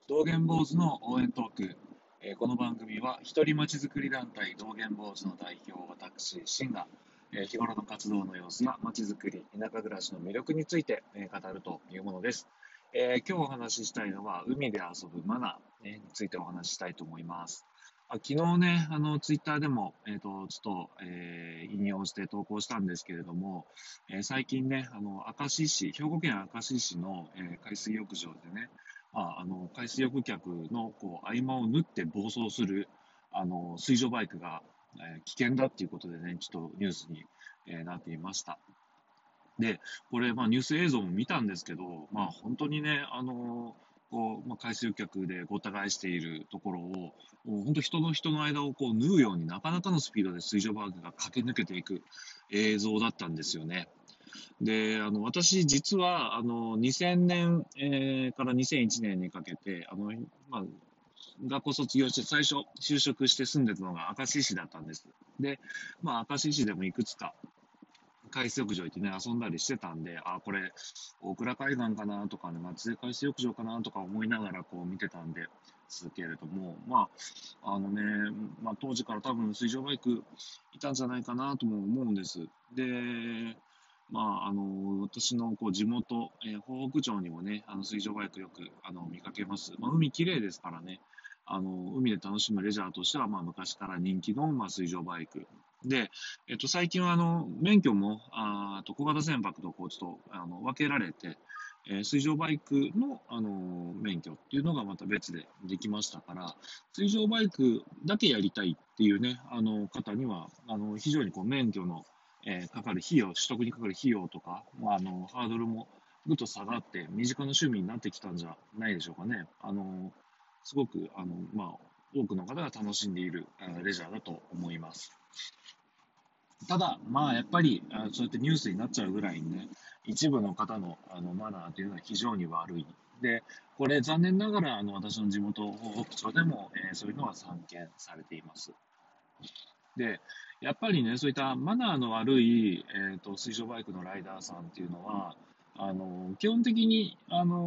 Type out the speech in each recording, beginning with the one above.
道元坊主の応援トーク。この番組は、一人まちづくり団体道元坊主の代表、私、シンが、日頃の活動の様子やまちづくり、田舎暮らしの魅力について、語るというものです。今日お話ししたいのは、海で遊ぶマナー、についてお話ししたいと思います。昨日ね、ツイッターでも、ちょっと、引用して投稿したんですけれども、最近ね、明石市、兵庫県明石市の、海水浴場でね、海水浴客の合間を縫って暴走する水上バイクが、危険だっていうことでね、ちょっとニュースに、なっていました。で、これ、ニュース映像も見たんですけど、本当にね、海水浴客でごった返しているところを、もう本当人の間を縫うようになかなかのスピードで水上バイクが駆け抜けていく映像だったんですよね。で、私、実は、2000年、から2001年にかけて、まあ、学校卒業して最初、就職して住んでたのが明石市だったんです。で、明石市でもいくつか海水浴場行ってね、遊んだりしてたんで、これ、大倉海岸かなとかね、松江海水浴場かなとか思いながら見てたんですけれども、当時から多分水上バイクいたんじゃないかなとも思うんです。で、私の地元、豊北町にもね、水上バイクよく見かけます。海綺麗ですからね、海で楽しむレジャーとしては、昔から人気の、水上バイク。で、最近は免許も小型船舶とちょっと分けられて、水上バイクの、免許っていうのがまた別でできましたから、水上バイクだけやりたいっていうね、方には、非常に免許の、かかる費用、取得にかかる費用とか、ハードルもぐっと下がって、身近な趣味になってきたんじゃないでしょうかね。すごく、多くの方が楽しんでいる、レジャーだと思います。ただ、やっぱり、そうやってニュースになっちゃうぐらいにね、一部の方の、マナーというのは非常に悪い。で、これ、残念ながら、私の地元、北北町でも、そういうのは散見されています。で、やっぱりね、そういったマナーの悪い、水上バイクのライダーさんっていうのは、基本的に、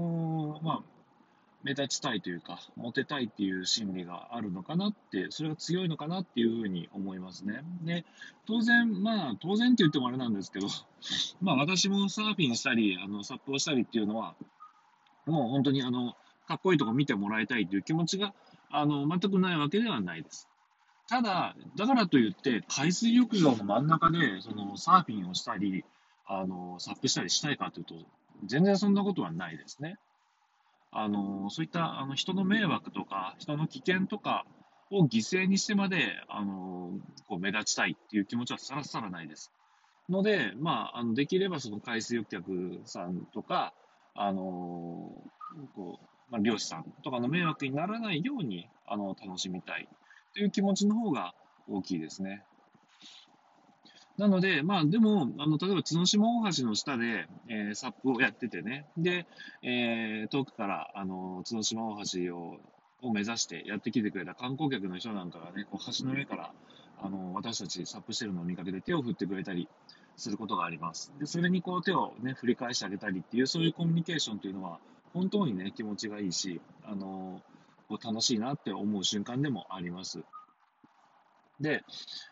目立ちたいというか、モテたいっていう心理があるのかなって、それが強いのかなっていうふうに思いますね。で、当然って言ってもあれなんですけど、私もサーフィンしたり、サップをしたりっていうのは、もう本当にかっこいいとこ見てもらいたいという気持ちが、全くないわけではないです。ただ、だからといって、海水浴場の真ん中で、サーフィンをしたり、サップしたりしたいかというと、全然そんなことはないですね。そういった人の迷惑とか、人の危険とかを犠牲にしてまで、目立ちたいっていう気持ちはさらさらないです。ので、できればその海水浴客さんとか、あの漁師さんとかの迷惑にならないように、楽しみたいという気持ちの方が大きいですね。なので、でも、例えば角島大橋の下で、サップをやっててね、で、遠くから、角島大橋を目指してやってきてくれた観光客の人なんかがね、橋の上から、私たちサップしてるのを見かけて手を振ってくれたりすることがあります。で、それに手をね、振り返してあげたりっていう、そういうコミュニケーションというのは、本当にね、気持ちがいいし、楽しいなって思う瞬間でもあります。で、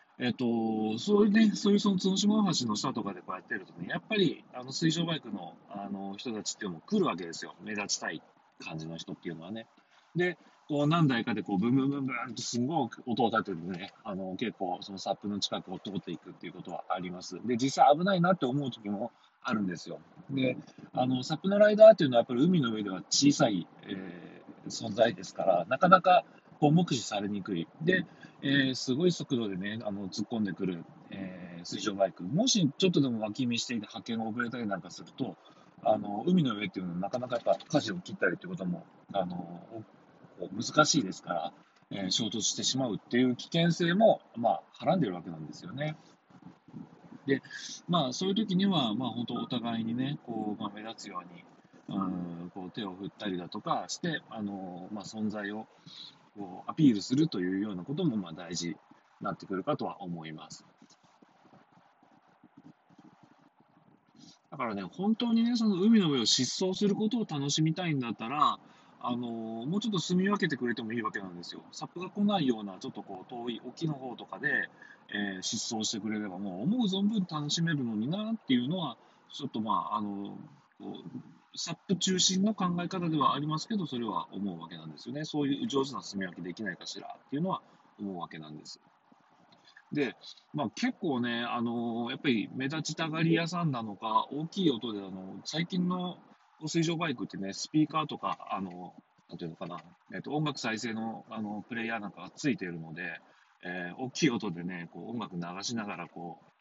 そういうその角島大橋の下とかでこうやってるとね、やっぱり水上バイクの、人たちっていうのも来るわけですよ。目立ちたい感じの人っていうのはね。で、何台かでブンブンブンブンとすごい音を立ててね、結構そのサップの近くを通っていくっていうことはあります。で、実際危ないなって思う時もあるんですよ。で、サップのライダーっていうのはやっぱり海の上では小さい、存在ですから、なかなか目視されにくい。で、すごい速度でね、突っ込んでくる、水上バイク。もしちょっとでも脇見していて発見が遅れたりなんかすると、海の上っていうのはなかなかやっぱ舵を切ったりってことも、難しいですから、衝突してしまうっていう危険性も、はらんでるわけなんですよね。で、そういう時には、本当お互いにね、目立つように、手を振ったりだとかして、存在をアピールするというようなことも大事になってくるかとは思います。だからね、本当にね、その海の上を疾走することを楽しみたいんだったら、 もうちょっと住み分けてくれてもいいわけなんですよ。サップが来ないような、ちょっとこう遠い沖の方とかで、失踪してくれれば、もう思う存分楽しめるのになっていうのは、ちょっとこサップ中心の考え方ではありますけど、それは思うわけなんですよね。そういう上手な住み分けできないかしらっていうのは思うわけなんです。で、結構ね、やっぱり目立ちたがり屋さんなのか、大きい音で、最近の水上バイクってね、スピーカーとか、なんていうのかな、音楽再生の、プレイヤーなんかがついているので、大きい音でね、こう音楽流しながら、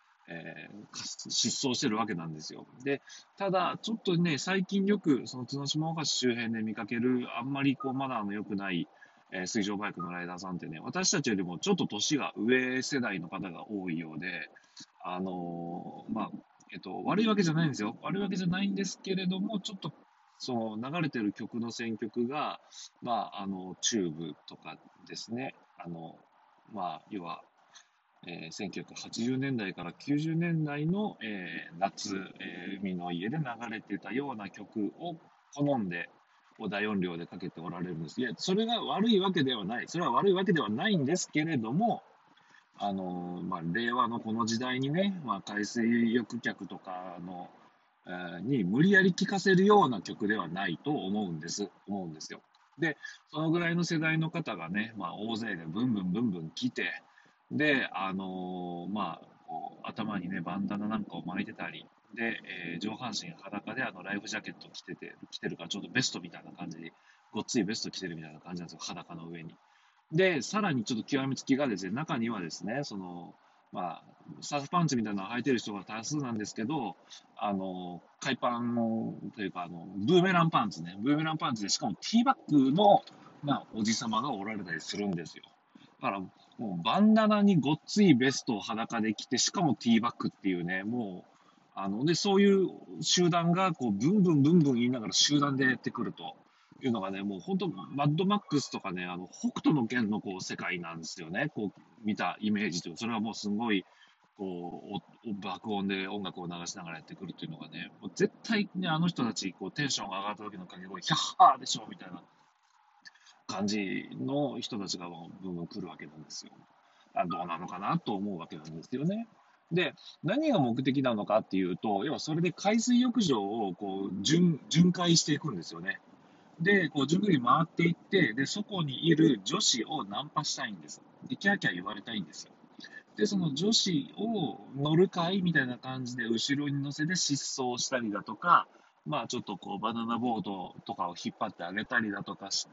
疾走してるわけなんですよ。で、ただ、ちょっとね、最近よく、その角島大橋周辺で見かける、あんまりこうマナーの良くない、水上バイクのライダーさんってね、私たちよりもちょっと年が上世代の方が多いようで、あのーまあ、悪いわけじゃないんですよ。悪いわけじゃないんですけれども、ちょっと、その流れてる曲の選曲が、チューブとかですね、要は、1980年代から90年代の、夏、海の家で流れてたような曲を好んで、大音量でかけておられるんです。いや、それが悪いわけではない。それは悪いわけではないんですけれども、令和のこの時代にね、海水浴客とかに無理やり聴かせるような曲ではないと思うんですよ。で、そのぐらいの世代の方がね、大勢でブンブンブンブン来て、で、こう頭にね、バンダナなんかを巻いてたり、で、上半身裸でライフジャケット着てるからちょっとベストみたいな感じで、ごっついベスト着てるみたいな感じなんですよ、裸の上に。で、さらにちょっと極めつきがですね、中にはですね、まあ、サーフパンツみたいなのを履いてる人が多数なんですけど、海パンというか、ブーメランパンツね、ブーメランパンツで、しかもティーバッグの、おじさまがおられたりするんですよ。だから、もうバンダナにごっついベストを裸で着て、しかもティーバッグっていうね、もう、そういう集団が、こう、ブンブンブンブン言いながら集団でやってくると。いうのがね、もう本当、マッドマックスとかね、北斗の拳のこう世界なんですよね、こう見たイメージというそれはもうすごい、爆音で音楽を流しながらやってくるっていうのがね、もう絶対ね、あの人たち、こうテンションが上がった時の掛け声、ヒャッハーでしょみたいな感じの人たちがもうブンブン来るわけなんですよ。どうなのかなと思うわけなんですよね。で、何が目的なのかっていうと、要はそれで海水浴場をこう巡回していくんですよね。で、こう、順繰り回っていって、で、そこにいる女子をナンパしたいんです。で、キャーキャー言われたいんですよ。で、その女子を乗る会みたいな感じで、後ろに乗せて失踪したりだとか、ちょっとこう、バナナボードとかを引っ張ってあげたりだとかして、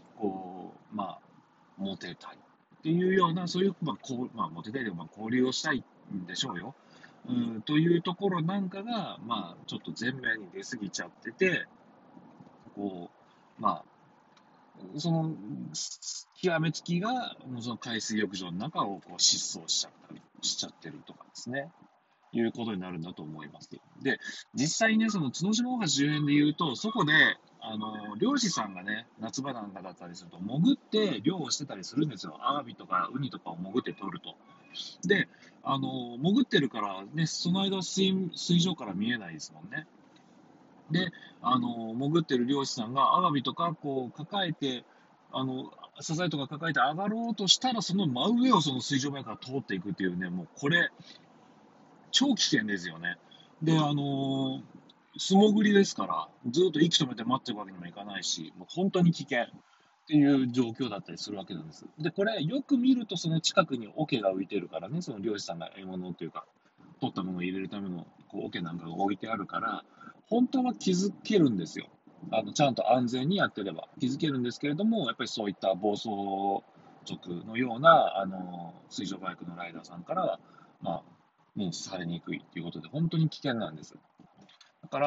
モテたいっていうような、そういう、モテたいで、交流をしたいんでしょうよ。というところなんかが、ちょっと前面に出過ぎちゃってて、こう、その極めつきが、もうその海水浴場の中をこう失踪しちゃったりしちゃってるとかですね、いうことになるんだと思います。で、実際ね、その角島大橋周辺で言うと、そこで、漁師さんがね、夏場なんかだったりすると、潜って漁をしてたりするんですよ。アワビとかウニとかを潜って取ると。で、潜ってるからね、その間は水上から見えないですもんね。で、潜ってる漁師さんがアワビとかこう抱えて、サザエとか抱えて上がろうとしたら、その真上をその水上面から通っていくっていうね、もうこれ、超危険ですよね。で、素潜りですから、ずっと息止めて待ってるわけにもいかないし、もう本当に危険っていう状況だったりするわけなんです。で、これ、よく見ると、その近くに桶が浮いてるからね、その漁師さんが獲物というか、取ったものを入れるためのこう桶なんかが置いてあるから、本当は気づけるんですよ。ちゃんと安全にやってれば気づけるんですけれども、やっぱりそういった暴走族のような水上バイクのライダーさんからは、まあ、認知されにくいということで、本当に危険なんです。だから、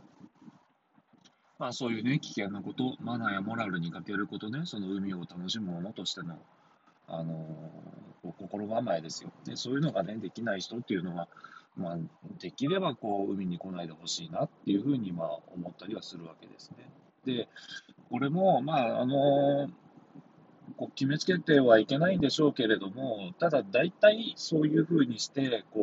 そういうね、危険なこと、マナーやモラルに欠けることね、その海を楽しむものとしての、心構えですよ。で、そういうのがね、できない人っていうのは、できればこう海に来ないでほしいなっていうふうに思ったりはするわけですね。で、これも、こう決めつけてはいけないんでしょうけれども、ただ大体そういうふうにして、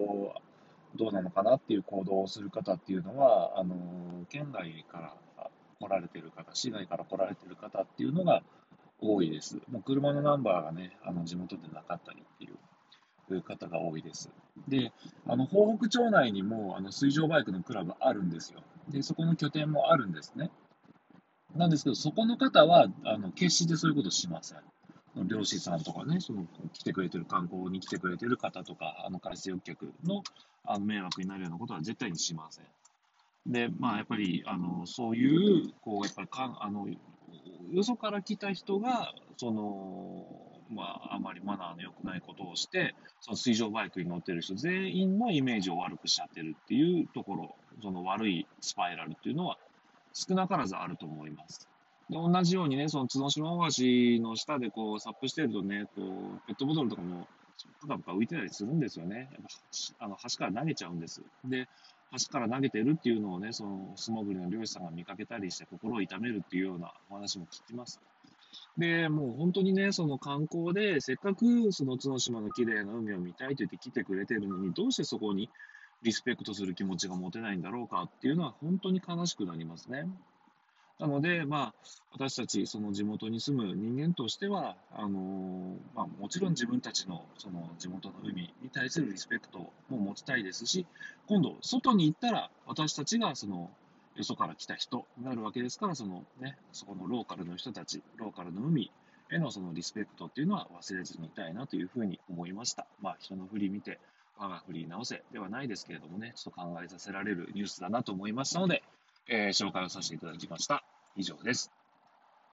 どうなのかなっていう行動をする方っていうのは、県外から来られている方、市外から来られている方っていうのが多いです。もう車のナンバーがね、地元でなかったりっていう方が多いです。で、東北町内にも水上バイクのクラブあるんですよ。で、そこの拠点もあるんですね。なんですけど、そこの方は決してそういうことしません。漁師さんとかね、来てくれてる観光に来てくれてる方とか、海水浴客の迷惑になるようなことは絶対にしません。で、まあ、やっぱり、そういう、やっぱりよそから来た人が、まあ、あまりマナーの良くないことをして、その水上バイクに乗ってる人全員のイメージを悪くしちゃってるっていうところ、その悪いスパイラルっていうのは少なからずあると思います。で、同じようにね、その角島大橋の下でサップしてるとね、ペットボトルとかもぷかぷか浮いてたりするんですよね。やっぱ橋から投げちゃうんです。で、橋から投げてるっていうのをね、その素潜りの漁師さんが見かけたりして心を痛めるっていうようなお話も聞きます。で、もう本当にね、その観光で、せっかくその角島の綺麗な海を見たいと言って来てくれてるのに、どうしてそこにリスペクトする気持ちが持てないんだろうかっていうのは本当に悲しくなりますね。なので、まあ、私たち、その地元に住む人間としては、まあ、もちろん自分たちのその地元の海に対するリスペクトも持ちたいですし、今度、外に行ったら、私たちがそのよそから来た人になるわけですから、そこのローカルの人たち、ローカルの海へのそのリスペクトっていうのは忘れずにいたいなというふうに思いました。まあ、人の振り見て、我が振り直せではないですけれどもね、ちょっと考えさせられるニュースだなと思いましたので、紹介をさせていただきました。以上です。